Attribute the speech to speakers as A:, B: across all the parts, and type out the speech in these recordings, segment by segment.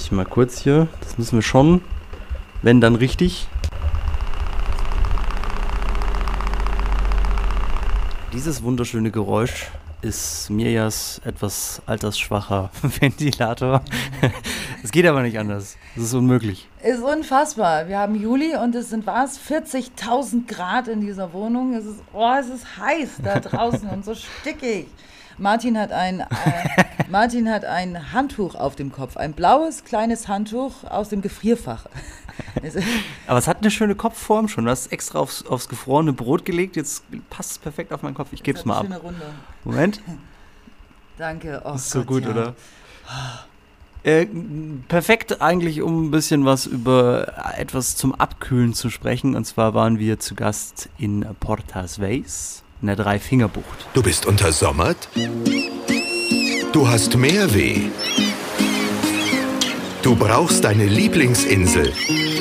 A: ich mal kurz hier. Das müssen wir schon, wenn dann richtig. Dieses wunderschöne Geräusch ist Mirjas etwas altersschwacher Ventilator. Es geht aber nicht anders. Es ist unmöglich.
B: Ist unfassbar. Wir haben Juli und es sind 40.000 Grad in dieser Wohnung. Es ist heiß da draußen und so stickig. Martin hat ein Handtuch auf dem Kopf. Ein blaues, kleines Handtuch aus dem Gefrierfach.
A: Aber es hat eine schöne Kopfform schon. Du hast es extra aufs gefrorene Brot gelegt. Jetzt passt es perfekt auf meinen Kopf. Ich gebe es mal ab.
B: Schöne Runde.
A: Moment.
B: Danke. Oh,
A: ist so
B: Gott,
A: gut,
B: ja.
A: Oder? Perfekt eigentlich, um ein bisschen was über etwas zum Abkühlen zu sprechen. Und zwar waren wir zu Gast in Portas Veis, in der Dreifingerbucht.
C: Du bist untersommert? Du hast Meerweh? Du brauchst deine Lieblingsinsel?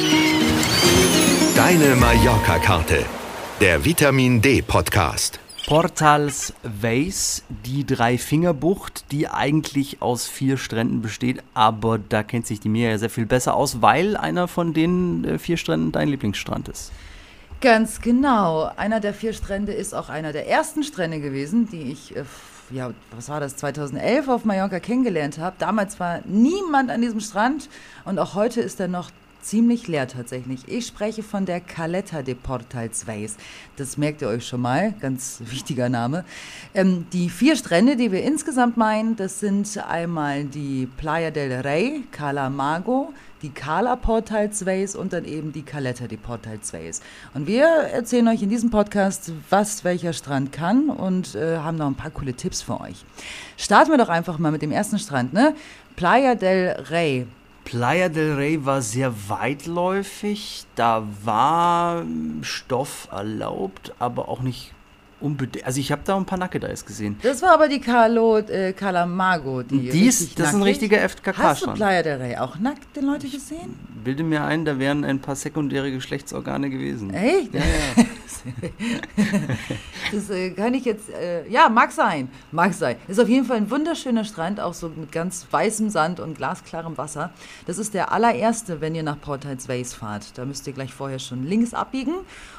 C: Deine Mallorca-Karte. Der Vitamin D-Podcast.
A: Portas Veis, die Dreifingerbucht, die eigentlich aus 4 Stränden besteht, aber da kennt sich die Mia ja sehr viel besser aus, weil einer von den 4 Stränden dein Lieblingsstrand ist.
B: Ganz genau. Einer der 4 Strände ist auch einer der ersten Strände gewesen, die ich, 2011 auf Mallorca kennengelernt habe. Damals war niemand an diesem Strand und auch heute ist er noch ziemlich leer tatsächlich. Ich spreche von der Caleta de Portas Veis. Das merkt ihr euch schon mal, ganz wichtiger Name. Die 4 Strände, die wir insgesamt meinen, das sind einmal die Playa del Rey, Cala Mago, die Cala Portas Veis und dann eben die Caleta de Portas Veis. Und wir erzählen euch in diesem Podcast, was welcher Strand kann und haben noch ein paar coole Tipps für euch. Starten wir doch einfach mal mit dem ersten Strand, ne? Playa del Rey.
A: Playa del Rey war sehr weitläufig, da war Stoff erlaubt, aber auch nicht unbedingt. Also ich habe da ein paar Nackedeis gesehen.
B: Das war aber die Cala Mago.
A: Das ist ein richtiger FKK-Strand.
B: Hast du Playa del Rey auch nackt den Leute gesehen?
A: Bilde mir ein, da wären ein paar sekundäre Geschlechtsorgane gewesen.
B: Echt?
A: Ja.
B: Das kann ich jetzt, mag sein. Ist auf jeden Fall ein wunderschöner Strand, auch so mit ganz weißem Sand und glasklarem Wasser. Das ist der allererste, wenn ihr nach Portas Veis fahrt. Da müsst ihr gleich vorher schon links abbiegen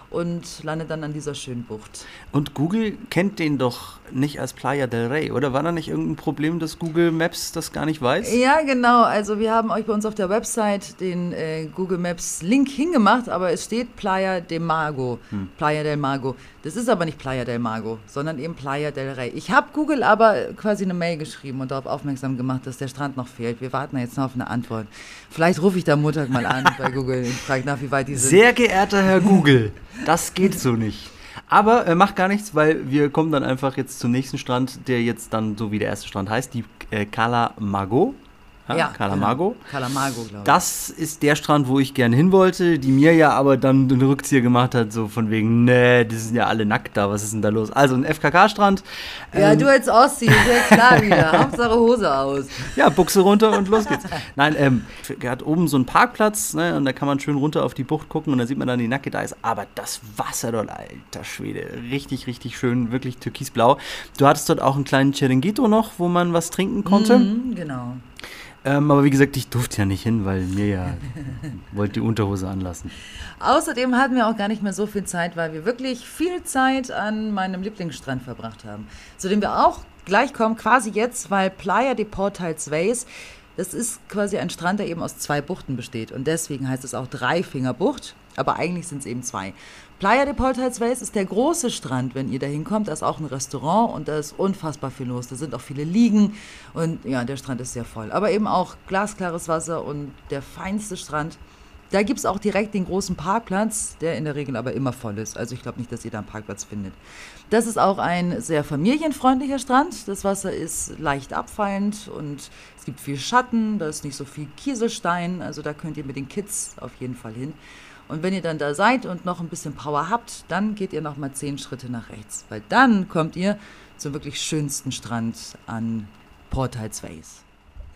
B: und landet dann an dieser schönen Bucht.
A: Und Google kennt den doch nicht als Playa del Rey, oder? War da nicht irgendein Problem, dass Google Maps das gar nicht weiß?
B: Ja, genau. Also wir haben euch bei uns auf der Website den Google Maps Link hingemacht, aber es steht Playa de Mago. Playa del Mago. Das ist aber nicht Playa del Mago, sondern eben Playa del Rey. Ich habe Google aber quasi eine Mail geschrieben und darauf aufmerksam gemacht, dass der Strand noch fehlt. Wir warten jetzt noch auf eine Antwort. Vielleicht rufe ich da Montag mal an bei Google und frage nach, wie weit die sind.
A: Sehr geehrter Herr Google, das geht so nicht. Aber macht gar nichts, weil wir kommen dann einfach jetzt zum nächsten Strand, der jetzt dann so wie der erste Strand heißt, die Cala Mago. Ja, Cala Mago.
B: Genau. Cala Mago, glaube ich.
A: Das ist der Strand, wo ich gerne hin wollte, die mir ja aber dann den Rückzieher gemacht hat, so von wegen, nee, die sind ja alle nackt da, was ist denn da los? Also ein FKK-Strand.
B: Ja, du als Ossi, sehr klar wieder. Hauptsache Hose aus.
A: Ja, Buchse runter und los geht's. Nein, er hat oben so einen Parkplatz, ne, und da kann man schön runter auf die Bucht gucken und da sieht man dann die Nackedeis. Aber das Wasser dort, alter Schwede, richtig, richtig schön, wirklich türkisblau. Du hattest dort auch einen kleinen Chiringuito noch, wo man was trinken konnte.
B: Genau.
A: Aber wie gesagt, ich durfte ja nicht hin, weil mir ja wollte die Unterhose anlassen.
B: Außerdem hatten wir auch gar nicht mehr so viel Zeit, weil wir wirklich viel Zeit an meinem Lieblingsstrand verbracht haben. Zu dem wir auch gleich kommen, quasi jetzt, weil Playa de Portas Veis, das ist quasi ein Strand, der eben aus 2 Buchten besteht. Und deswegen heißt es auch Dreifingerbucht, aber eigentlich sind es eben 2. Playa de Portas Veis ist der große Strand, wenn ihr da hinkommt. Da ist auch ein Restaurant und da ist unfassbar viel los. Da sind auch viele Liegen und ja, der Strand ist sehr voll. Aber eben auch glasklares Wasser und der feinste Strand. Da gibt es auch direkt den großen Parkplatz, der in der Regel aber immer voll ist. Also ich glaube nicht, dass ihr da einen Parkplatz findet. Das ist auch ein sehr familienfreundlicher Strand. Das Wasser ist leicht abfallend und es gibt viel Schatten. Da ist nicht so viel Kieselstein. Also da könnt ihr mit den Kids auf jeden Fall hin. Und wenn ihr dann da seid und noch ein bisschen Power habt, dann geht ihr nochmal 10 Schritte nach rechts. Weil dann kommt ihr zum wirklich schönsten Strand an Portas Veis.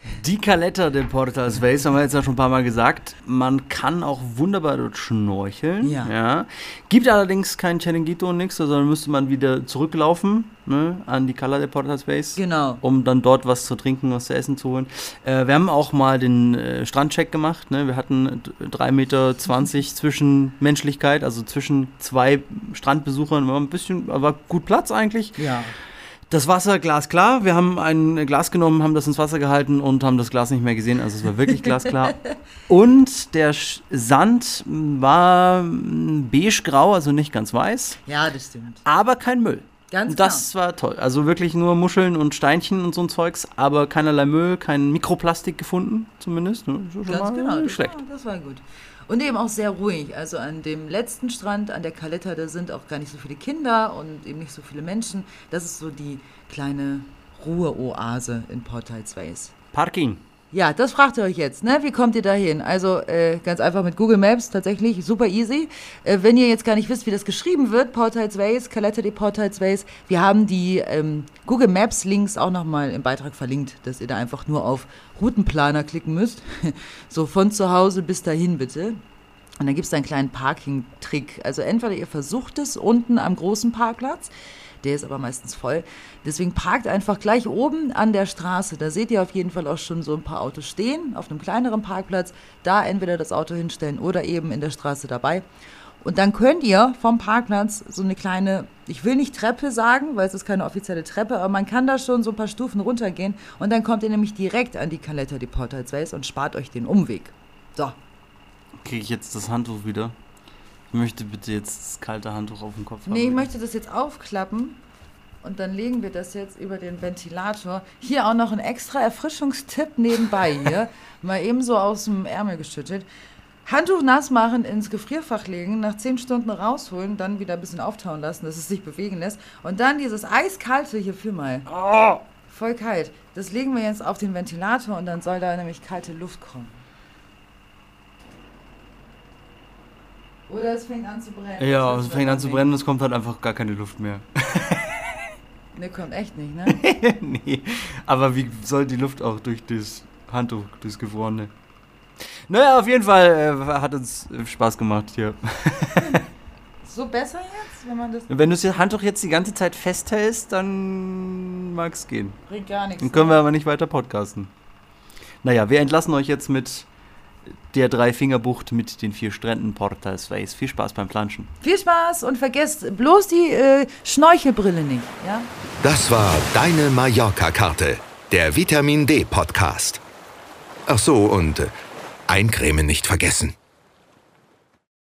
A: Die Caleta de Portas Weiss, haben wir jetzt ja schon ein paar Mal gesagt. Man kann auch wunderbar dort schnorcheln. Ja. Gibt allerdings kein Chiringuito und nichts, sondern müsste man wieder zurücklaufen, ne, an die Cala de Portas Weiss.
B: Genau.
A: Um dann dort was zu trinken, was zu essen zu holen. Wir haben auch mal den Strandcheck gemacht. Ne? Wir hatten 3,20 Meter zwischen Menschlichkeit, also zwischen zwei Strandbesuchern. War ein bisschen, war gut Platz eigentlich.
B: Ja.
A: Das Wasser glasklar. Wir haben ein Glas genommen, haben das ins Wasser gehalten und haben das Glas nicht mehr gesehen. Also es war wirklich glasklar. Und der Sand war beige-grau, also nicht ganz weiß.
B: Ja, das stimmt.
A: Aber kein Müll.
B: Ganz
A: das war toll. Also wirklich nur Muscheln und Steinchen und so ein Zeugs, aber keinerlei Müll, kein Mikroplastik gefunden zumindest. Ne?
B: Ganz genau.
A: Nicht schlecht.
B: Das war gut. Und eben auch sehr ruhig. Also an dem letzten Strand, an der Caleta, da sind auch gar nicht so viele Kinder und eben nicht so viele Menschen. Das ist so die kleine Ruheoase in Portais Weiss.
A: Parking.
B: Ja, das fragt ihr euch jetzt, ne? Wie kommt ihr da hin? Also ganz einfach mit Google Maps, tatsächlich super easy. Wenn ihr jetzt gar nicht wisst, wie das geschrieben wird, Portais Weiss, Caleta de Portais Weiss, wir haben die Google Maps Links auch nochmal im Beitrag verlinkt, dass ihr da einfach nur auf Routenplaner klicken müsst. So von zu Hause bis dahin bitte. Und dann gibt es einen kleinen Parking-Trick. Also entweder ihr versucht es unten am großen Parkplatz, der ist aber meistens voll. Deswegen parkt einfach gleich oben an der Straße. Da seht ihr auf jeden Fall auch schon so ein paar Autos stehen, auf einem kleineren Parkplatz. Da entweder das Auto hinstellen oder eben in der Straße dabei. Und dann könnt ihr vom Parkplatz so eine kleine, ich will nicht Treppe sagen, weil es ist keine offizielle Treppe, aber man kann da schon so ein paar Stufen runtergehen. Und dann kommt ihr nämlich direkt an die Caleta de Portais Weiss und spart euch den Umweg. So.
A: Kriege ich jetzt das Handtuch wieder? Ich möchte bitte jetzt das kalte Handtuch auf den Kopf haben.
B: Nee, ich möchte das jetzt aufklappen und dann legen wir das jetzt über den Ventilator. Hier auch noch ein extra Erfrischungstipp nebenbei hier. Mal eben so aus dem Ärmel geschüttelt. Handtuch nass machen, ins Gefrierfach legen, nach 10 Stunden rausholen, dann wieder ein bisschen auftauen lassen, dass es sich bewegen lässt. Und dann dieses eiskalte, hier fühl mal. Oh. Voll kalt. Das legen wir jetzt auf den Ventilator und dann soll da nämlich kalte Luft kommen. Oder es fängt an zu brennen.
A: Ja, es fängt an zu brennen, es kommt halt einfach gar keine Luft mehr.
B: Ne, kommt echt nicht, ne?
A: Nee, aber wie soll die Luft auch durch das Handtuch, durchs Gefrorene? Naja, auf jeden Fall hat uns Spaß gemacht hier.
B: So besser jetzt, wenn man das...
A: Wenn du das Handtuch jetzt die ganze Zeit festhältst, dann mag es gehen.
B: Bringt gar nichts.
A: Dann können wir aber nicht weiter podcasten. Naja, wir entlassen euch jetzt mit der Dreifingerbucht mit den 4 Stränden Portais Weiss. Viel Spaß beim Planschen.
B: Viel Spaß und vergesst bloß die Schnorchelbrille nicht, ja?
C: Das war deine Mallorca-Karte, der Vitamin D Podcast. Ach so, und eincremen nicht vergessen.